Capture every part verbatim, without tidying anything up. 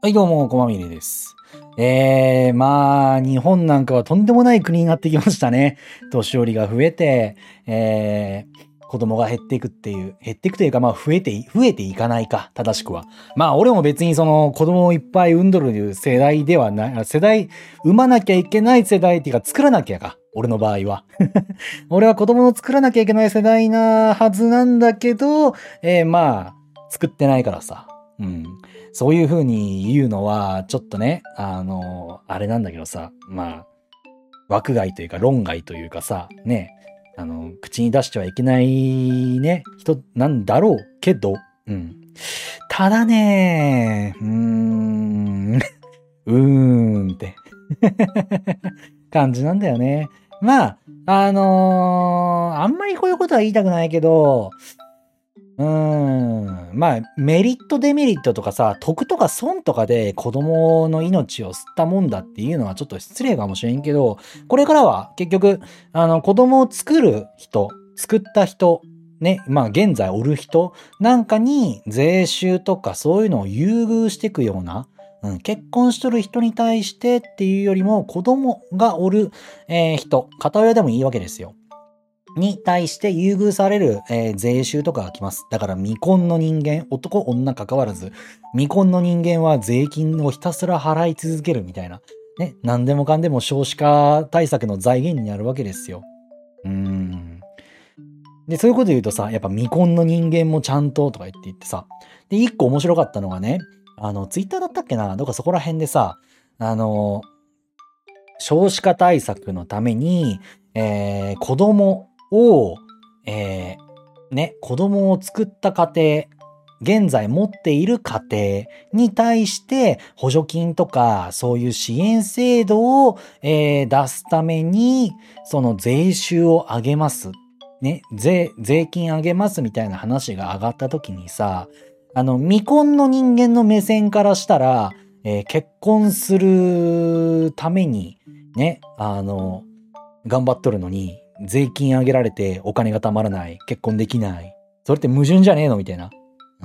はい、どうも、こまみれです。えー、まあ、日本なんかはとんでもない国になってきましたね。年寄りが増えて、えー、子供が減っていくっていう、減っていくというか、まあ、増えて、増えていかないか、正しくは。まあ、俺も別にその、子供をいっぱい産んどる世代ではない、世代、産まなきゃいけない世代っていうか、作らなきゃか、俺の場合は。俺は子供を作らなきゃいけない世代なはずなんだけど、えー、まあ、作ってないからさ。うん。そういう風に言うのは、ちょっとね、あの、あれなんだけどさ、まあ、枠外というか論外というかさ、ね、あの、口に出してはいけないね、人なんだろうけど、うん。ただね、うーん、うーんって感じなんだよね。まあ、あのーあんまりこういうことは言いたくないけど、うーん。まあ、メリットデメリットとかさ、得とか損とかで子供の命を吸ったもんだっていうのはちょっと失礼かもしれんけど、これからは結局、あの、子供を作る人、作った人、ね、まあ現在おる人なんかに税収とかそういうのを優遇していくような、うん、結婚しとる人に対してっていうよりも子供がおる、えー人、片親でもいいわけですよ。に対して優遇される、えー税収とかが来ます。だから未婚の人間、男、女関わらず、未婚の人間は税金をひたすら払い続けるみたいな。ね、何でもかんでも少子化対策の財源になるわけですよ。うーん。で、そういうこと言うとさ、やっぱ未婚の人間もちゃんととか言って言ってさ。で、一個面白かったのがね、あの、ツイッターだったっけな、どっかそこら辺でさ、あの、少子化対策のために、えー、子供を、えー、ね、子供を作った家庭、現在持っている家庭に対して補助金とかそういう支援制度を、えー出すために、その税収を上げます。ね、税、税金上げますみたいな話が上がった時にさ、あの、未婚の人間の目線からしたら、えー結婚するために、ね、あの、頑張っとるのに、税金上げられてお金が貯まらない、結婚できない。それって矛盾じゃねえのみたいな。うん。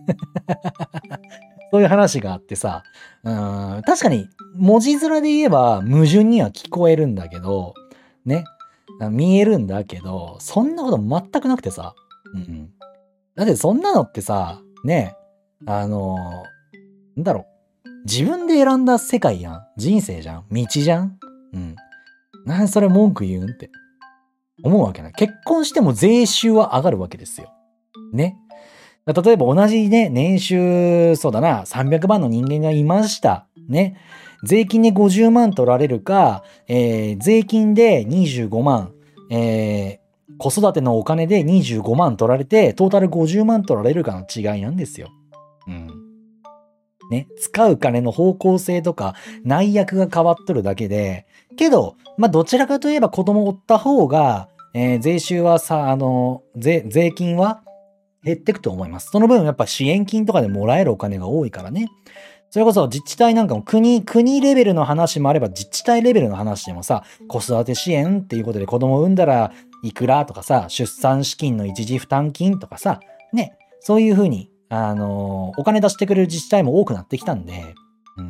そういう話があってさ、うん、確かに文字面で言えば矛盾には聞こえるんだけど、ね、見えるんだけど、そんなこと全くなくてさ、うん。だってそんなのってさ、ね、あの、なんだろう、自分で選んだ世界やん。人生じゃん。道じゃん。うん。なんでそれ文句言うんって思うわけない。結婚しても税収は上がるわけですよ。ね。例えば同じね、年収、そうだな、さんびゃくまんの人間がいました。ね。税金でごじゅうまん取られるか、えー、税金でにじゅうごまん、えー、子育てのお金でにじゅうごまん取られて、トータルごじゅうまん取られるかの違いなんですよ。うん。ね、使う金の方向性とか内訳が変わっとるだけで、けど、まあ、どちらかといえば子供を追った方が、えー税収はさ、あの、税、税金は減ってくと思います。その分やっぱ支援金とかでもらえるお金が多いからね。それこそ自治体なんかも国、国レベルの話もあれば自治体レベルの話でもさ、子育て支援っていうことで子供を産んだらいくらとかさ、出産資金の一時負担金とかさ、ね、そういうふうに、あのーお金出してくれる自治体も多くなってきたんで、うん。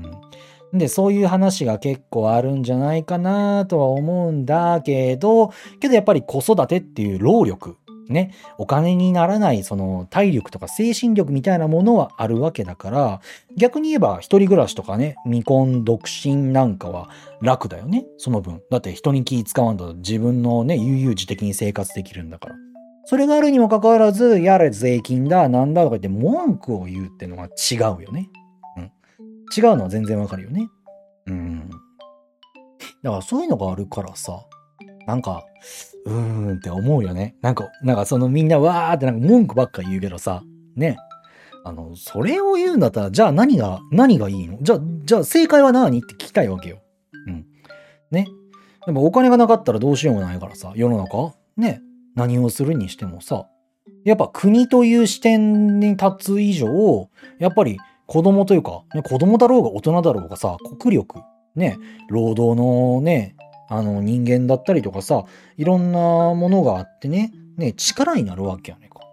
で、そういう話が結構あるんじゃないかなとは思うんだけど、けどやっぱり子育てっていう労力、ね、お金にならないその体力とか精神力みたいなものはあるわけだから、逆に言えば一人暮らしとかね、未婚独身なんかは楽だよね、その分。だって人に気使わんと自分のね、悠々自適に生活できるんだから。それがあるにもかかわらず、やれ税金だ、なんだとか言って文句を言うってのは違うよね。うん。違うのは全然わかるよね。うん。だからそういうのがあるからさ、なんか、うーんって思うよね。なんか、なんかそのみんなわーってなんか文句ばっか言うけどさ、ね。あの、それを言うんだったら、じゃあ何が、何がいいのじゃあ、じゃあ正解は何って聞きたいわけよ。うん。ね。でもお金がなかったらどうしようもないからさ、世の中ね。何をするにしてもさ、やっぱ国という視点に立つ以上、やっぱり子供というか、ね、子供だろうが大人だろうがさ、国力、ね、労働のね、あの人間だったりとかさ、いろんなものがあってね、ね、力になるわけやねんか。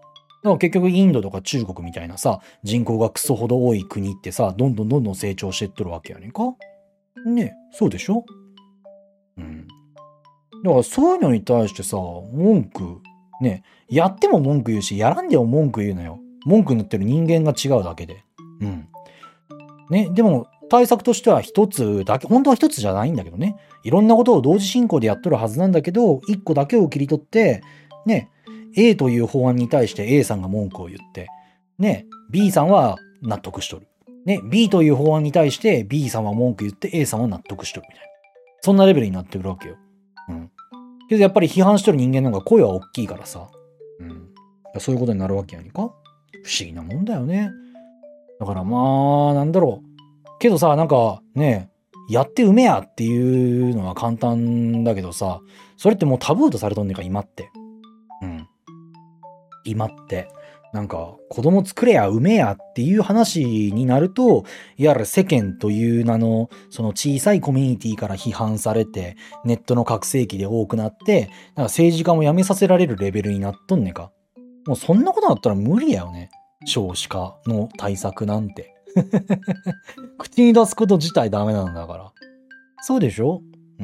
から結局インドとか中国みたいなさ、人口がクソほど多い国ってさ、どんどんどんどん成長してっとるわけやねんか。ね、そうでしょ？うん。だからそういうのに対してさ、文句、ね、やっても文句言うし、やらんでも文句言うのよ。文句塗ってる人間が違うだけで。うん。ね、でも対策としては一つだけ、本当は一つじゃないんだけどね。いろんなことを同時進行でやっとるはずなんだけど、一個だけを切り取って、ね、A という法案に対して A さんが文句を言って、ね、B さんは納得しとる。ね、B という法案に対して B さんは文句言って A さんは納得しとるみたいな。そんなレベルになってくるわけよ。うん。けどやっぱり批判しとる人間の方が声は大きいからさ。うん。そういうことになるわけやにか。不思議なもんだよね。だからまあ、なんだろう。けどさ、なんかね、やってうめやっていうのは簡単だけどさ、それってもうタブーとされとんねんか、今って。うん。今って。なんか、子供作れやうめやっていう話になると、いわゆる世間という名の、その小さいコミュニティから批判されて、ネットの拡声器で多くなって、なんか政治家も辞めさせられるレベルになっとんねんか。もうそんなことだったら無理やよね。少子化の対策なんて。口に出すこと自体ダメなんだから。そうでしょ？うん。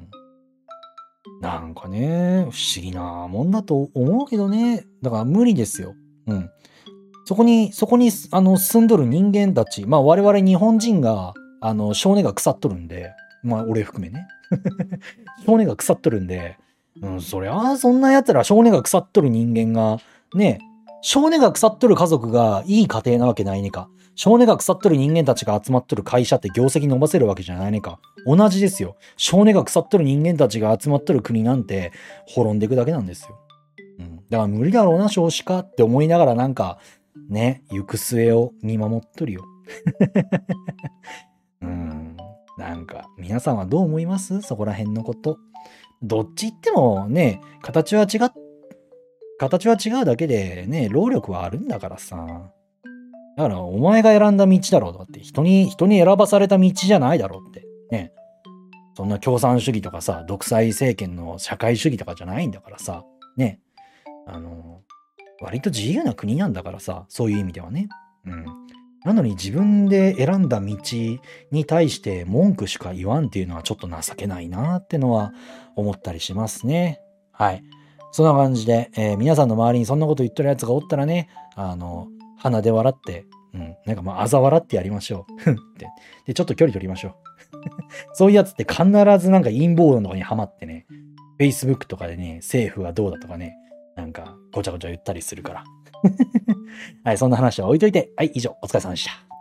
なんかね、不思議なもんだと思うけどね。だから無理ですよ。うん。そこに、そこに、あの、住んどる人間たち、まあ我々日本人が、あの、性根が腐っとるんで、まあ俺含めね。性根が腐っとるんで、うん、そりゃ、そんな奴ら性根が腐っとる人間が、ね、性根が腐っとる家族がいい家庭なわけないねか。性根が腐っとる人間たちが集まっとる会社って業績伸ばせるわけじゃないねか。同じですよ。性根が腐っとる人間たちが集まっとる国なんて滅んでいくだけなんですよ。うん。だから無理だろうな、少子化って思いながらなんか、ね、行く末を見守っとるよ。うん。なんか、皆さんはどう思います？そこら辺のこと。どっち言ってもね、形は違っ、形は違うだけでね、労力はあるんだからさ。だから、お前が選んだ道だろうとかって、人に、人に選ばされた道じゃないだろうって。ね。そんな共産主義とかさ、独裁政権の社会主義とかじゃないんだからさ。ね。あの、割と自由な国なんだからさ、そういう意味ではね。うん。なのに自分で選んだ道に対して文句しか言わんっていうのはちょっと情けないなってのは思ったりしますね。はい。そんな感じで、えー皆さんの周りにそんなこと言ってるやつがおったらね、あの、鼻で笑って、うん、なんかまあ、嘲笑ってやりましょう。ふんって。で、ちょっと距離取りましょう。そういうやつって必ずなんか陰謀論とかにハマってね、Facebook とかでね、政府はどうだとかね、なんかごちゃごちゃ言ったりするから。はい、そんな話は置いといて、はい、以上、お疲れ様でした。